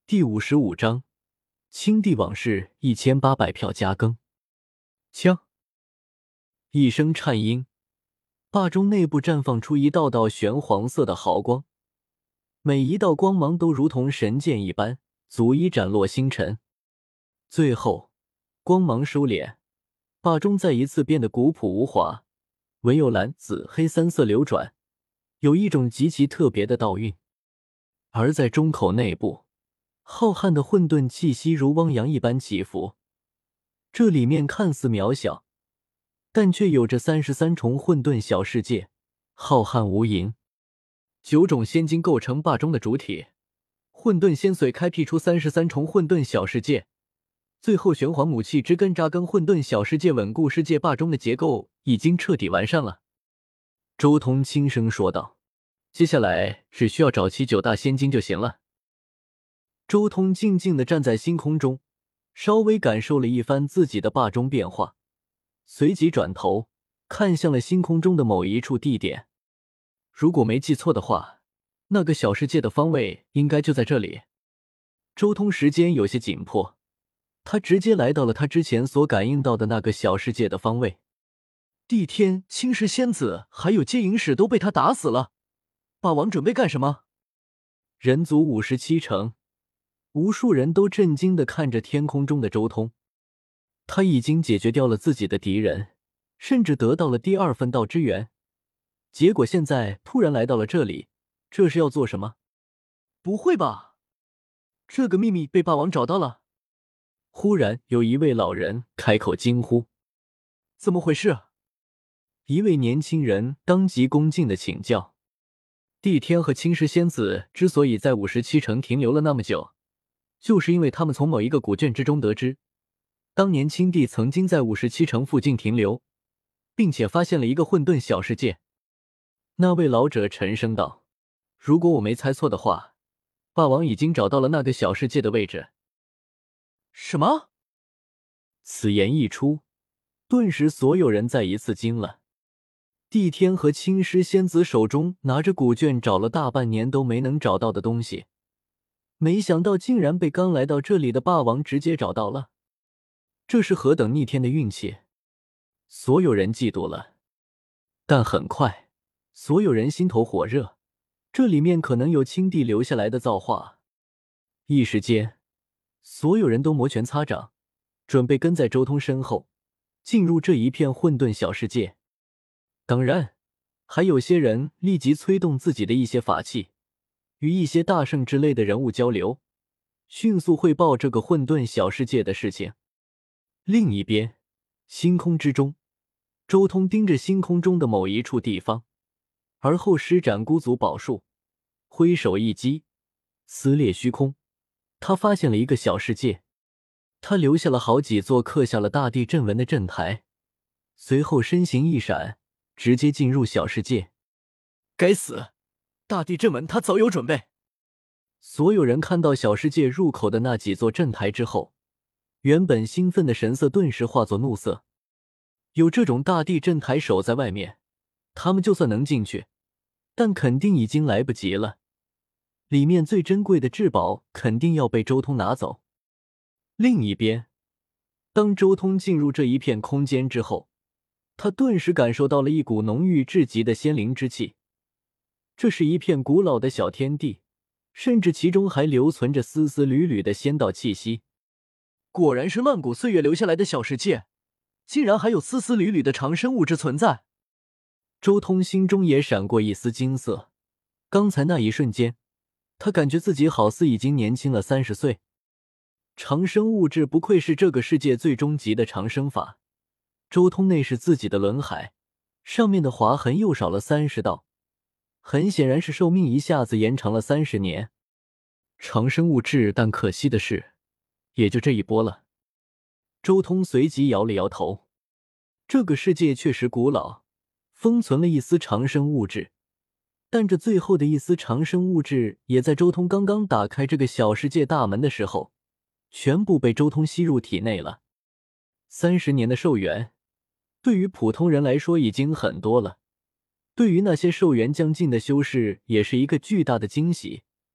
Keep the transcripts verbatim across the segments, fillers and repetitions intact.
第五十五章青帝往事一千八百票加更。枪一声颤音，坝中内部绽放出一道道玄黄色的毫光，每一道光芒都如同神剑一般，足以斩落星辰。最后光芒收敛，坝中再一次变得古朴无华，唯有蓝、紫、黑三色流转，有一种极其特别的道韵。而在中口内部，浩瀚的混沌气息如汪洋一般起伏，这里面看似渺小，但却有着三十三重混沌小世界，浩瀚无垠。九种仙晶构成坝中的主体，混沌仙髓开辟出三十三重混沌小世界，最后玄黄母气之根扎根混沌小世界，稳固世界。坝中的结构已经彻底完善了。周通轻声说道，接下来只需要找齐九大仙晶就行了。周通静静地站在星空中，稍微感受了一番自己的坝中变化，随即转头看向了星空中的某一处地点。如果没记错的话，那个小世界的方位应该就在这里。周通时间有些紧迫，他直接来到了他之前所感应到的那个小世界的方位。帝天、青石仙子还有接引使都被他打死了，霸王准备干什么？人族五十七城，无数人都震惊地看着天空中的周通。他已经解决掉了自己的敌人，甚至得到了第二份道之源，结果现在突然来到了这里，这是要做什么？不会吧，这个秘密被霸王找到了？忽然有一位老人开口惊呼，怎么回事？一位年轻人当即恭敬地请教。帝天和青石仙子之所以在五十七城停留了那么久，就是因为他们从某一个古卷之中得知，当年青帝曾经在五十七城附近停留，并且发现了一个混沌小世界。那位老者沉声道，如果我没猜错的话，霸王已经找到了那个小世界的位置。什么？此言一出，顿时所有人再一次惊了。帝天和青狮仙子手中拿着古卷，找了大半年都没能找到的东西，没想到竟然被刚来到这里的霸王直接找到了，这是何等逆天的运气！所有人嫉妒了，但很快所有人心头火热，这里面可能有青帝留下来的造化。一时间所有人都摩拳擦掌，准备跟在周通身后进入这一片混沌小世界。当然还有些人立即催动自己的一些法器，与一些大圣之类的人物交流，迅速汇报这个混沌小世界的事情。另一边，星空之中，周通盯着星空中的某一处地方，而后施展孤足宝术，挥手一击，撕裂虚空，他发现了一个小世界。他留下了好几座刻下了大地阵纹的阵台，随后身形一闪，直接进入小世界。该死，大地阵纹他早有准备。所有人看到小世界入口的那几座阵台之后，原本兴奋的神色顿时化作怒色。有这种大地阵台守在外面，他们就算能进去，但肯定已经来不及了。里面最珍贵的至宝肯定要被周通拿走。另一边，当周通进入这一片空间之后，他顿时感受到了一股浓郁至极的仙灵之气。这是一片古老的小天地，甚至其中还留存着丝丝缕缕的仙道气息。果然是万古岁月留下来的小世界，竟然还有丝丝缕缕的长生物质存在。周通心中也闪过一丝惊色，刚才那一瞬间，他感觉自己好似已经年轻了三十岁。长生物质不愧是这个世界最终极的长生法。周通内是自己的轮海，上面的划痕又少了三十道，很显然是寿命一下子延长了三十年。长生物质，但可惜的是，也就这一波了。周通随即摇了摇头，这个世界确实古老，封存了一丝长生物质，但这最后的一丝长生物质也在周通刚刚打开这个小世界大门的时候，全部被周通吸入体内了。三十年的寿元，对于普通人来说已经很多了，对于那些寿元将近的修士也是一个巨大的惊喜。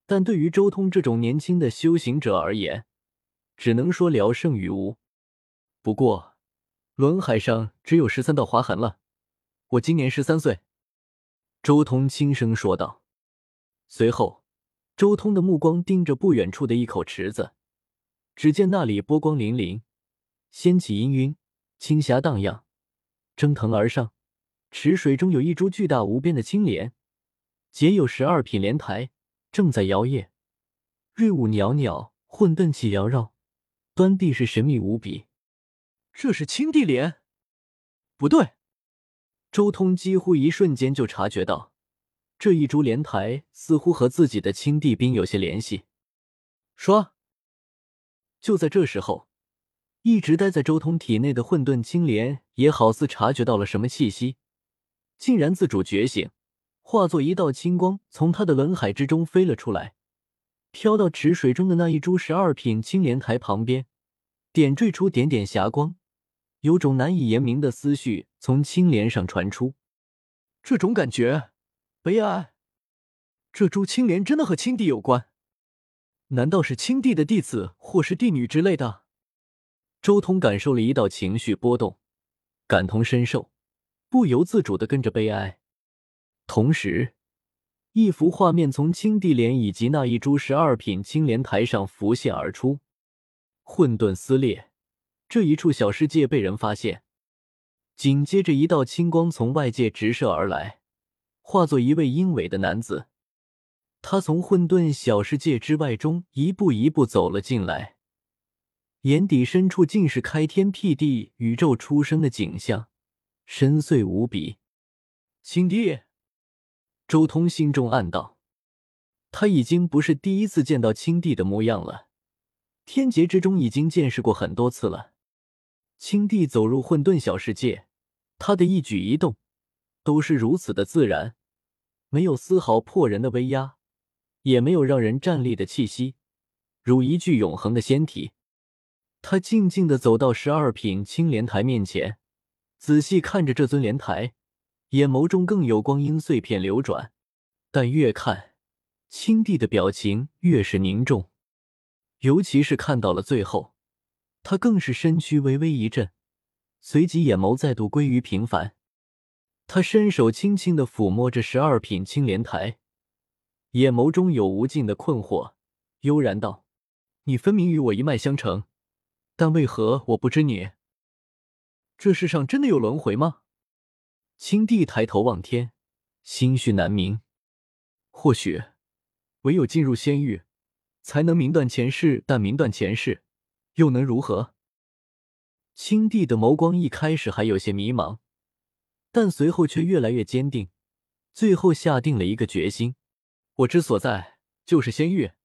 但对于周通这种年轻的修行者而言，只能说聊胜于无。不过，轮海上只有十三道划痕了，我今年十三岁。周通轻声说道。随后，周通的目光盯着不远处的一口池子，只见那里波光粼粼，仙气氤氲，青霞荡漾，蒸腾而上。池水中有一株巨大无边的青莲，结有十二品莲台，正在摇曳，瑞雾袅袅，混沌气缭绕，端地是神秘无比。这是青帝莲？不对，周通几乎一瞬间就察觉到，这一株莲台似乎和自己的青帝兵有些联系。说，就在这时候，一直待在周通体内的混沌青莲也好似察觉到了什么气息，竟然自主觉醒，化作一道青光从他的轮海之中飞了出来，飘到池水中的那一株十二品青莲台旁边，点缀出点点霞光，有种难以言明的思绪从青莲上传出。这种感觉，悲哀。这株青莲真的和青帝有关？难道是青帝的弟子或是帝女之类的？周通感受了一道情绪波动，感同身受，不由自主地跟着悲哀。同时，一幅画面从青帝莲以及那一株十二品青莲台上浮现而出。混沌撕裂，这一处小世界被人发现。紧接着一道青光从外界直射而来，化作一位英伟的男子。他从混沌小世界之外中一步一步走了进来，眼底深处尽是开天辟地、宇宙出生的景象，深邃无比。青帝，周通心中暗道，他已经不是第一次见到青帝的模样了，天劫之中已经见识过很多次了。青帝走入混沌小世界，他的一举一动都是如此的自然，没有丝毫破人的威压，也没有让人战栗的气息，如一具永恒的仙体。他静静地走到十二品青莲台面前，仔细看着这尊莲台，眼眸中更有光阴碎片流转，但越看，青帝的表情越是凝重，尤其是看到了最后，他更是身躯微微一震，随即眼眸再度归于平凡。他伸手轻轻地抚摸着十二品青莲台，眼眸中有无尽的困惑，悠然道：你分明与我一脉相承，但为何我不知你？这世上真的有轮回吗？青帝抬头望天，心绪难明。或许唯有进入仙域，才能明断前世，但明断前世又能如何？青帝的眸光一开始还有些迷茫，但随后却越来越坚定，最后下定了一个决心：我之所在就是仙域。